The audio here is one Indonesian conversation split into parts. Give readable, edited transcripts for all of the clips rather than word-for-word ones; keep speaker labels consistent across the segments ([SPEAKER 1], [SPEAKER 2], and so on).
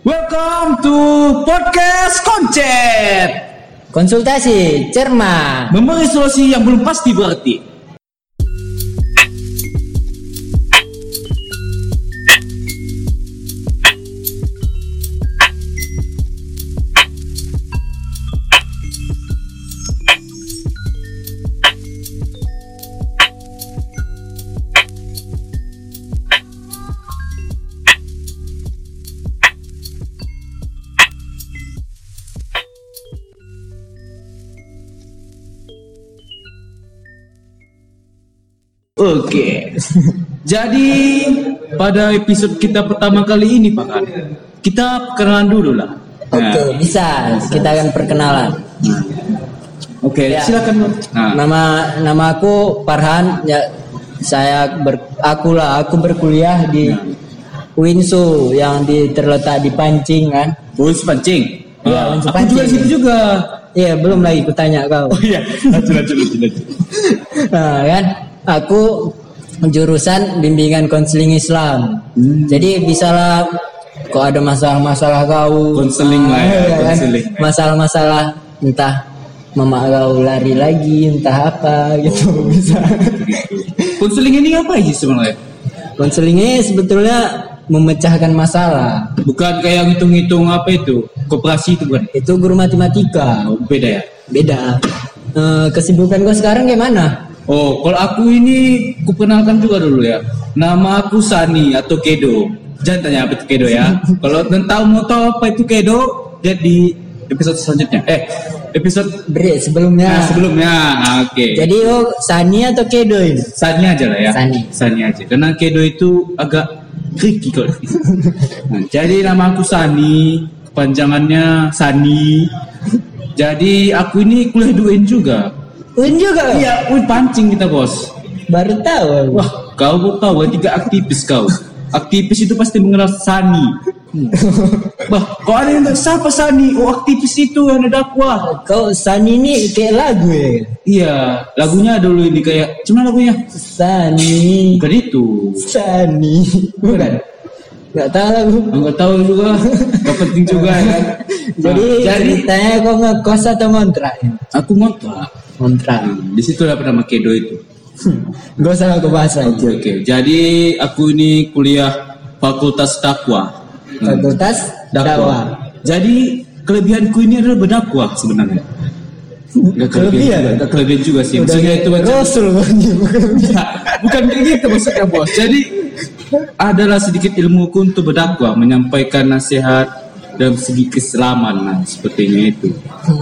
[SPEAKER 1] Welcome to podcast Koncet.
[SPEAKER 2] Konsultasi cermat,
[SPEAKER 1] Memberi solusi yang belum pasti berarti. Oke. Jadi pada episode kita pertama kali ini Pak kan, kita kenalan dulu lah.
[SPEAKER 2] Oke, bisa. Kita akan perkenalan.
[SPEAKER 1] Oke,
[SPEAKER 2] Ya.
[SPEAKER 1] silakan.
[SPEAKER 2] Nama aku Farhan. Ya, aku berkuliah di Winsu yang terletak di Pancing kan.
[SPEAKER 1] Bos pancing.
[SPEAKER 2] Iya, Winsu
[SPEAKER 1] aku
[SPEAKER 2] Pancing.
[SPEAKER 1] juga di situ juga.
[SPEAKER 2] Iya, belum lagi kutanya kau.
[SPEAKER 1] Oh iya, lanjut.
[SPEAKER 2] Nah, kan aku jurusan bimbingan konseling Islam. Jadi bisalah kok ada masalah-masalah kau
[SPEAKER 1] Konseling lah ya,
[SPEAKER 2] kan?
[SPEAKER 1] konseling.
[SPEAKER 2] Masalah-masalah entah mama kau lari lagi entah apa gitu bisa.
[SPEAKER 1] Konseling ini apa sih sebenarnya?
[SPEAKER 2] Konseling ini sebetulnya memecahkan masalah.
[SPEAKER 1] Bukan kayak ngitung-ngitung apa itu, koperasi itu bukan?
[SPEAKER 2] Itu guru matematika.
[SPEAKER 1] Oh, beda ya?
[SPEAKER 2] Beda. Kesibukan kau sekarang gimana?
[SPEAKER 1] Oh, kalau aku ini kuperkenalkan juga dulu ya. Nama aku Sani atau Kedo. Jangan tanya apa itu Kedo ya. Kalau mau tahu apa itu Kedo, lihat di episode selanjutnya. Episode
[SPEAKER 2] Sebelumnya.
[SPEAKER 1] sebelumnya. Oke.
[SPEAKER 2] Jadi Sani atau Kedo ini?
[SPEAKER 1] Sani aja lah ya.
[SPEAKER 2] Sani.
[SPEAKER 1] Aja. Karena Kedo itu agak tricky kalau. Nah, jadi nama aku Sani, kepanjangannya Sani. Jadi aku ini kuliah di UIN juga.
[SPEAKER 2] UIN juga?
[SPEAKER 1] Iya, UIN Pancing kita bos.
[SPEAKER 2] Baru tahu.
[SPEAKER 1] Wah, kau baru tahu tiga aktivis kau. Aktivis itu pasti mengenal Sani. Wah, kau ada yang siapa Sani? Oh, aktivis itu yang ada dakwah.
[SPEAKER 2] Kau Sani ini kayak lagu ya?
[SPEAKER 1] Iya, lagunya dulu ini kayak cuma lagunya
[SPEAKER 2] Sani.
[SPEAKER 1] bukan itu.
[SPEAKER 2] Sani.
[SPEAKER 1] Bukan.
[SPEAKER 2] Gak tahu lagu.
[SPEAKER 1] Enggak tahu juga. Gak penting juga kan.
[SPEAKER 2] Jadi ceritanya kau ngekos atau ngontrak?
[SPEAKER 1] Aku ngontrak.
[SPEAKER 2] Ngontrak.
[SPEAKER 1] Di situ dapat nama Kedo itu.
[SPEAKER 2] Gak usah aku bahas aja.
[SPEAKER 1] Oke. Jadi aku ini kuliah Fakultas Dakwah.
[SPEAKER 2] Fakultas dakwah.
[SPEAKER 1] Jadi kelebihanku ini adalah berdakwah sebenarnya. Enggak kelebihan juga sih. Maksudnya itu
[SPEAKER 2] Rasul
[SPEAKER 1] bukan kayak gitu maksudnya bos. Jadi adalah sedikit ilmuku untuk berdakwah, menyampaikan nasihat dalam segi keislaman, nah sepertinya itu.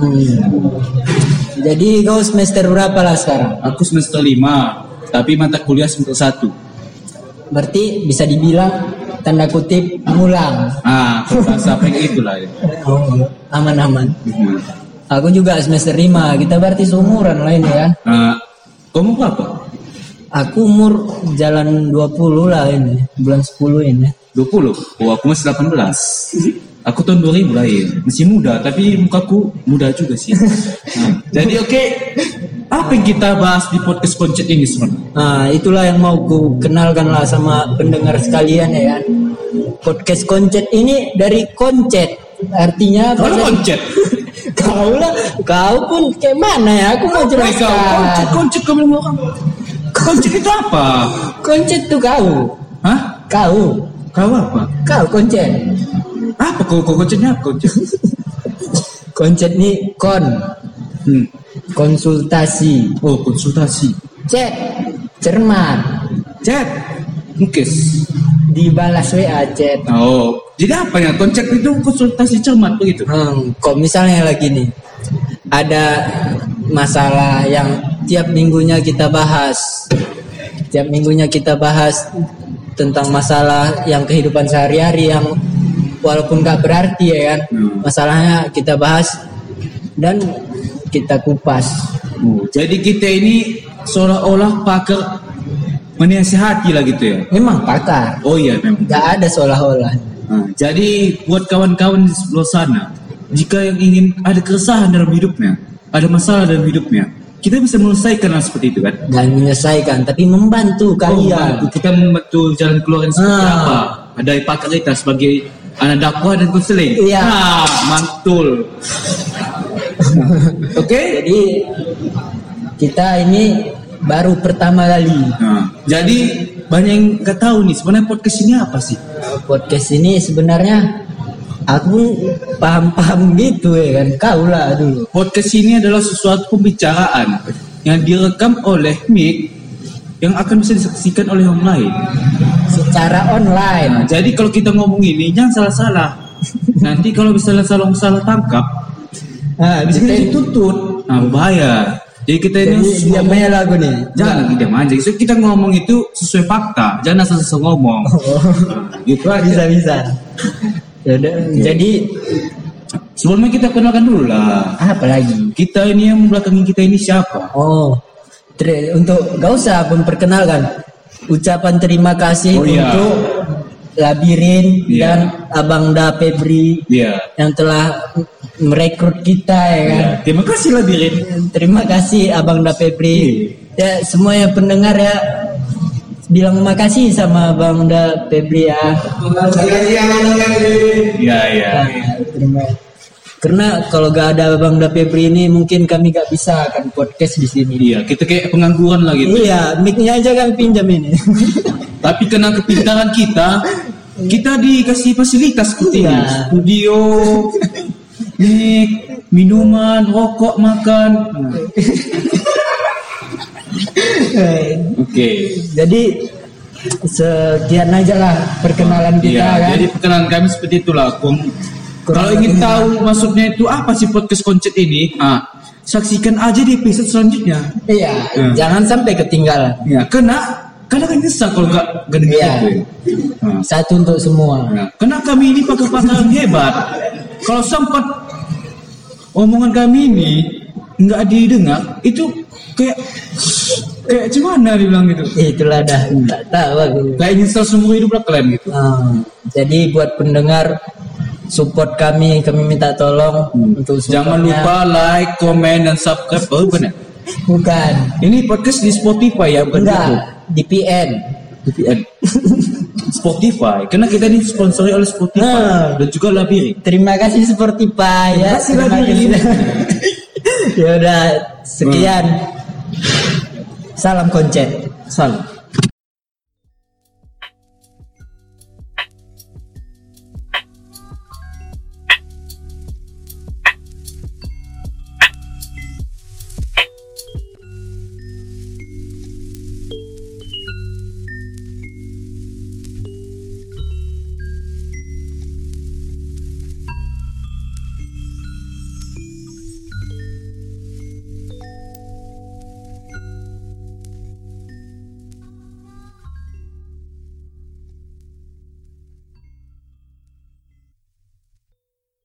[SPEAKER 2] Jadi kau semester berapa lah sekarang?
[SPEAKER 1] Aku semester 5, tapi mata kuliah semester 1.
[SPEAKER 2] Berarti bisa dibilang tanda kutip ngulang.
[SPEAKER 1] Kalau bahasa apa itulah ya.
[SPEAKER 2] Aman-aman. Aku juga semester 5. Kita berarti seumuran lah ini kan.
[SPEAKER 1] Kamu berapa?
[SPEAKER 2] Aku umur jalan 20 lah ini. Bulan 10 ini.
[SPEAKER 1] 20? Oh, aku masih 18. Aku tahun 2000 lahir. Masih muda, tapi mukaku muda juga sih. Jadi oke. Apa yang kita bahas di podcast Koncet ini sebenarnya?
[SPEAKER 2] Itulah yang mau ku kenalkan lah sama pendengar sekalian ya kan. Podcast Koncet ini dari koncet. Artinya
[SPEAKER 1] Kalau koncet.
[SPEAKER 2] Kau pun kayak mana ya? Aku mau jelaskan.
[SPEAKER 1] Koncet kamu orang. Koncet itu apa?
[SPEAKER 2] Koncet tuh kau.
[SPEAKER 1] Hah?
[SPEAKER 2] Kau
[SPEAKER 1] apa?
[SPEAKER 2] Kau koncet.
[SPEAKER 1] Apa koncetnya apa koncet?
[SPEAKER 2] Koncet nih konsultasi.
[SPEAKER 1] Oh, konsultasi.
[SPEAKER 2] Chat cermat.
[SPEAKER 1] Chat mukis.
[SPEAKER 2] Dibalas WA chat.
[SPEAKER 1] Oh, jadi apa ya? Koncet itu konsultasi cermat begitu?
[SPEAKER 2] Kok misalnya lagi nih ada masalah yang tiap minggunya kita bahas tentang masalah yang kehidupan sehari-hari yang walaupun gak berarti ya kan. Masalahnya kita bahas dan kita kupas.
[SPEAKER 1] Jadi kita ini seolah-olah pakar menasihati lah gitu ya.
[SPEAKER 2] Memang pakar.
[SPEAKER 1] Oh iya memang.
[SPEAKER 2] Gak ada seolah-olah.
[SPEAKER 1] Jadi buat kawan-kawan di sebelah sana, jika yang ingin ada keresahan dalam hidupnya, ada masalah dalam hidupnya, kita bisa menyelesaikan hal seperti itu kan?
[SPEAKER 2] Dan menyelesaikan, tapi membantu kalian.
[SPEAKER 1] Kita membantu jalan keluar seperti apa? Ada pakar kita sebagai anak dakwah dan konseling.
[SPEAKER 2] Iya.
[SPEAKER 1] Mantul. Oke.
[SPEAKER 2] Jadi kita ini baru pertama kali.
[SPEAKER 1] Jadi banyak yang nggak tahu nih sebenarnya podcast ini apa sih?
[SPEAKER 2] Podcast ini sebenarnya aku paham-paham gitu ya kan. Kau lah dulu.
[SPEAKER 1] Podcast ini adalah sesuatu pembicaraan yang direkam oleh mic yang akan bisa disaksikan oleh orang lain
[SPEAKER 2] Secara online.
[SPEAKER 1] jadi kalau kita ngomong ini jangan salah-salah. Nanti kalau misalnya salah tangkap, bisa kita dituntut. Bahaya. Jadi kita ini
[SPEAKER 2] diam aja lagu nih.
[SPEAKER 1] Jangan diam aja. So, kita ngomong itu sesuai fakta, jangan asal-asal ngomong. Gitu aja.
[SPEAKER 2] Bisa. Yaudah, jadi
[SPEAKER 1] sebelumnya kita kenalkan dulu lah.
[SPEAKER 2] apa lagi?
[SPEAKER 1] Kita ini yang belakangin kita ini siapa?
[SPEAKER 2] Untuk gak usah memperkenalkan. Ucapan terima kasih untuk Labirin dan Abang Da Febri yang telah merekrut kita ya kan.
[SPEAKER 1] Terima kasih Labirin.
[SPEAKER 2] Terima kasih Abang Da Febri. Ya semua yang pendengar ya bilang makasih sama Abang Da Febri ya. Terima. Karena kalau gak ada Abang Da Febri ini mungkin kami gak bisa kan podcast di sini.
[SPEAKER 1] Iya, kita kayak pengangguran lah gitu.
[SPEAKER 2] Iya, mic-nya aja kan pinjam ini.
[SPEAKER 1] Tapi karena kepintaran kita dikasih fasilitas seperti ini. Studio, mic, minuman, rokok, makan. Oke.
[SPEAKER 2] Jadi sekian aja lah perkenalan kita kan.
[SPEAKER 1] Jadi perkenalan kami seperti itulah. Kalau ingin tahu maksudnya itu apa sih podcast Koncet ini? Saksikan aja di episode selanjutnya.
[SPEAKER 2] Iya, jangan sampai ketinggalan.
[SPEAKER 1] Ya, karena kan nyesal kalau nggak dengerin itu.
[SPEAKER 2] Satu untuk semua.
[SPEAKER 1] Karena kami ini pakar-pakar yang hebat. Kalau sempat omongan kami ini nggak didengar, itu kayak gimana dibilang gitu?
[SPEAKER 2] Itulah dah, nggak tahu aku.
[SPEAKER 1] Kayak nyesal seumur hidup lah kalian gitu.
[SPEAKER 2] Jadi buat pendengar, support kami minta tolong untuk
[SPEAKER 1] jangan lupa like, komen, dan subscribe. Benar?
[SPEAKER 2] Bukan.
[SPEAKER 1] Ini podcast di Spotify ya, bukan?
[SPEAKER 2] Enggak, di PN.
[SPEAKER 1] Spotify, karena kita ini sponsori oleh Spotify dan juga Labirin.
[SPEAKER 2] Terima kasih Spotify ya.
[SPEAKER 1] Terima kasih.
[SPEAKER 2] Ya udah, sekian. Salam Koncet.
[SPEAKER 1] Salam.